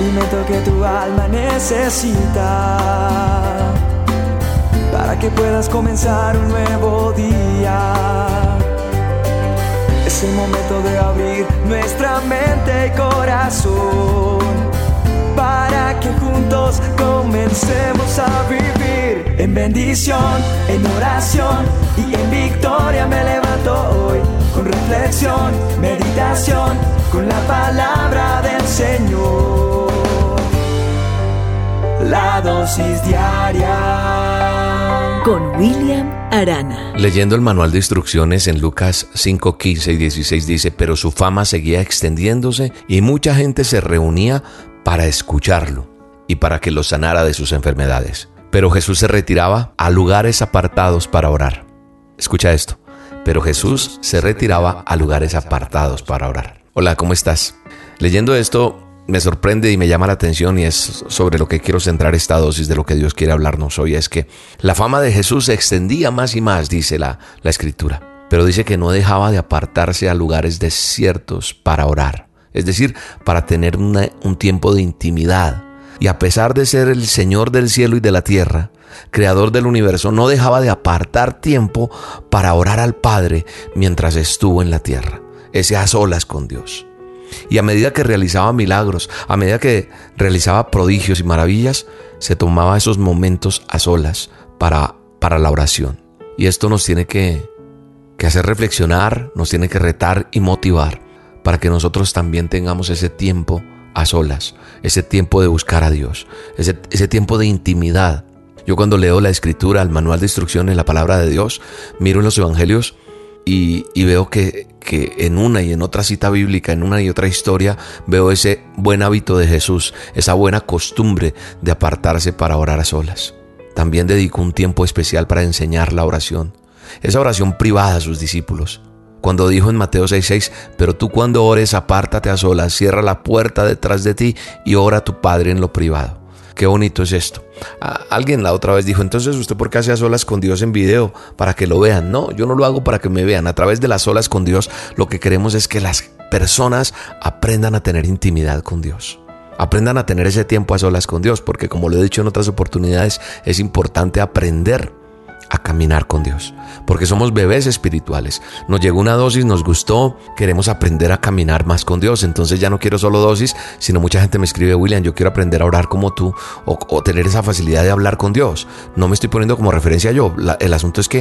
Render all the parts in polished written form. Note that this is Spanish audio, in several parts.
alimento que tu alma necesita, para que puedas comenzar un nuevo día. Es el momento de abrir nuestra mente y corazón, para que juntos comencemos a vivir en bendición, en oración y en victoria. Me levanto hoy con reflexión, meditación, con la palabra del Señor. La dosis diaria con William Arana. Leyendo el manual de instrucciones en Lucas 5, 15 y 16 dice: pero su fama seguía extendiéndose y mucha gente se reunía para escucharlo y para que los sanara de sus enfermedades. Pero Jesús se retiraba a lugares apartados para orar. Escucha esto. Pero Jesús se retiraba a lugares apartados para orar. Hola, ¿cómo estás? Leyendo esto me sorprende y me llama la atención, y es sobre lo que quiero centrar esta dosis de lo que Dios quiere hablarnos hoy. Es que la fama de Jesús se extendía más y más, dice la Escritura. Pero dice que no dejaba de apartarse a lugares desiertos para orar. Es decir, para tener un tiempo de intimidad. Y a pesar de ser el Señor del cielo y de la tierra, creador del universo, no dejaba de apartar tiempo para orar al Padre mientras estuvo en la tierra. Ese a solas con Dios. Y a medida que realizaba milagros, a medida que realizaba prodigios y maravillas, se tomaba esos momentos a solas para la oración. Y esto nos tiene que hacer reflexionar, nos tiene que retar y motivar para que nosotros también tengamos ese tiempo a solas, ese tiempo de buscar a Dios, ese tiempo de intimidad. Yo cuando leo la Escritura, el manual de instrucciones, la palabra de Dios, miro en los evangelios y veo que en una y en otra cita bíblica, en una y otra historia, veo ese buen hábito de Jesús, esa buena costumbre de apartarse para orar a solas. También dedicó un tiempo especial para enseñar la oración, esa oración privada a sus discípulos. Cuando dijo en Mateo 6:6: pero tú cuando ores, apártate a solas, cierra la puerta detrás de ti y ora a tu Padre en lo privado. Qué bonito es esto. Alguien la otra vez dijo: entonces ¿usted por qué hace a solas con Dios en video? Para que lo vean. No, yo no lo hago para que me vean. A través de las solas con Dios, lo que queremos es que las personas aprendan a tener intimidad con Dios. Aprendan a tener ese tiempo a solas con Dios, porque como lo he dicho en otras oportunidades, es importante aprender a caminar con Dios, porque somos bebés espirituales. Nos llegó una dosis, nos gustó, queremos aprender a caminar más con Dios. Entonces ya no quiero solo dosis, sino mucha gente me escribe: William, yo quiero aprender a orar como tú, o tener esa facilidad de hablar con Dios. No me estoy poniendo como referencia yo. El asunto es que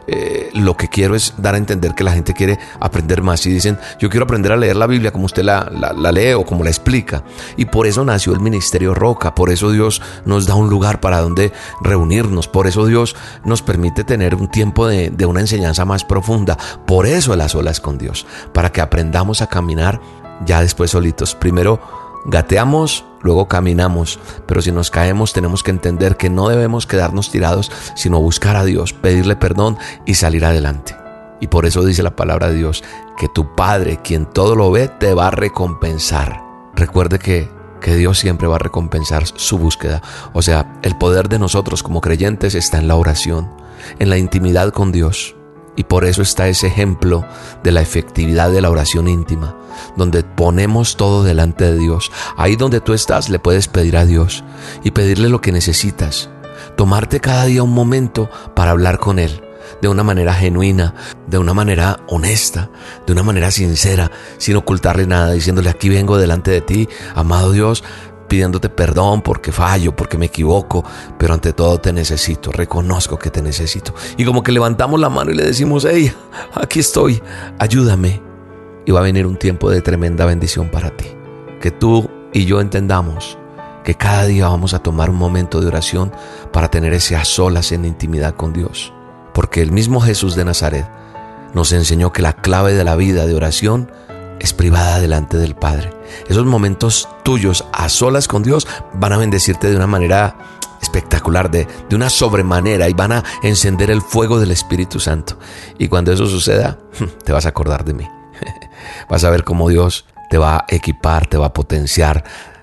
lo que quiero es dar a entender que la gente quiere aprender más y dicen: yo quiero aprender a leer la Biblia como usted la lee o como la explica. Y por eso nació el Ministerio Roca, por eso Dios nos da un lugar para donde reunirnos, por eso Dios nos permite tener un tiempo de una enseñanza más profunda. Por eso las olas con Dios, para que aprendamos a caminar ya después solitos. Primero gateamos, luego caminamos, pero si nos caemos tenemos que entender que no debemos quedarnos tirados, sino buscar a Dios, pedirle perdón y salir adelante. Y por eso dice la palabra de Dios que tu Padre, quien todo lo ve, te va a recompensar. Recuerde que Dios siempre va a recompensar su búsqueda. O sea, el poder de nosotros como creyentes está en la oración, en la intimidad con Dios. Y por eso está ese ejemplo de la efectividad de la oración íntima, donde ponemos todo delante de Dios. Ahí donde tú estás le puedes pedir a Dios y pedirle lo que necesitas. Tomarte cada día un momento para hablar con Él, de una manera genuina, de una manera honesta, de una manera sincera, sin ocultarle nada, diciéndole: aquí vengo delante de ti, amado Dios, pidiéndote perdón porque fallo, porque me equivoco, pero ante todo te necesito, reconozco que te necesito. Y como que levantamos la mano y le decimos: hey, aquí estoy, ayúdame. Y va a venir un tiempo de tremenda bendición para ti. Que tú y yo entendamos que cada día vamos a tomar un momento de oración para tener ese a solas en intimidad con Dios. Porque el mismo Jesús de Nazaret nos enseñó que la clave de la vida de oración es privada delante del Padre. Esos momentos tuyos a solas con Dios van a bendecirte de una manera espectacular, de una sobremanera, y van a encender el fuego del Espíritu Santo. Y cuando eso suceda, te vas a acordar de mí. Vas a ver cómo Dios te va a equipar, te va a potenciar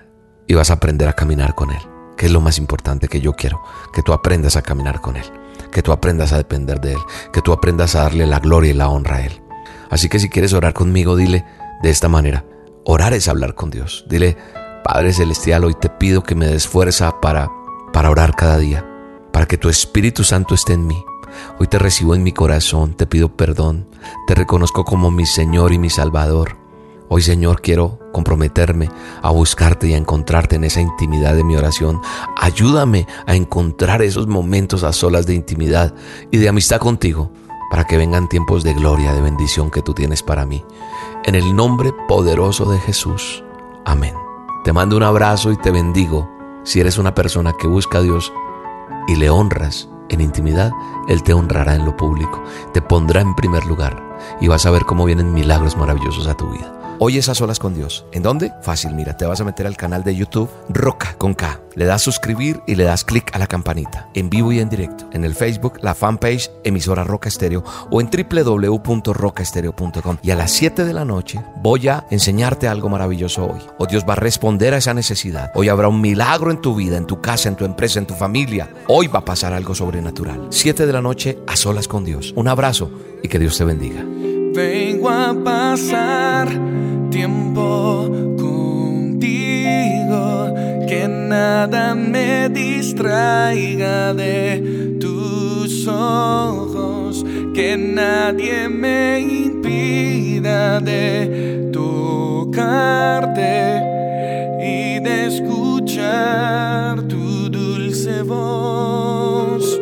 y vas a aprender a caminar con Él, que es lo más importante que yo quiero, que tú aprendas a caminar con Él, que tú aprendas a depender de Él, que tú aprendas a darle la gloria y la honra a Él. Así que si quieres orar conmigo, dile de esta manera: orar es hablar con Dios. Dile: Padre Celestial, hoy te pido que me des fuerza para orar cada día, para que tu Espíritu Santo esté en mí. Hoy te recibo en mi corazón, te pido perdón, te reconozco como mi Señor y mi Salvador. Hoy, Señor, quiero comprometerme a buscarte y a encontrarte en esa intimidad de mi oración. Ayúdame a encontrar esos momentos a solas de intimidad y de amistad contigo, para que vengan tiempos de gloria, de bendición que tú tienes para mí. En el nombre poderoso de Jesús. Amén. Te mando un abrazo y te bendigo. Si eres una persona que busca a Dios y le honras en intimidad, Él te honrará en lo público, te pondrá en primer lugar y vas a ver cómo vienen milagros maravillosos a tu vida. Hoy es A Solas con Dios. ¿En dónde? Fácil, mira, te vas a meter al canal de YouTube Roca con K. Le das suscribir y le das clic a la campanita. En vivo y en directo. En el Facebook, la fanpage Emisora Roca Estéreo o en www.rocaestereo.com. Y a las 7 de la noche voy a enseñarte algo maravilloso hoy. O Dios va a responder a esa necesidad. Hoy habrá un milagro en tu vida, en tu casa, en tu empresa, en tu familia. Hoy va a pasar algo sobrenatural. 7 de la noche, A Solas con Dios. Un abrazo y que Dios te bendiga. Vengo a pasar tiempo contigo, que nada me distraiga de tus ojos, que nadie me impida de tocarte y de escuchar tu dulce voz.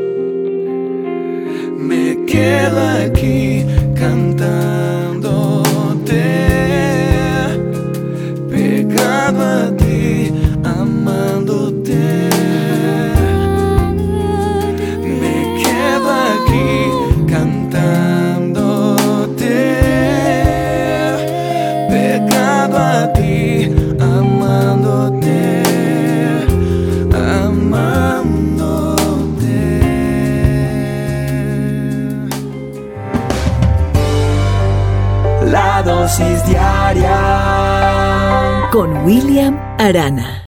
Me quedo aquí cantándote, pegado a ti, amándote. Me quedo aquí cantándote, pegado a ti, amándote, amándote. La dosis diaria con William Arana.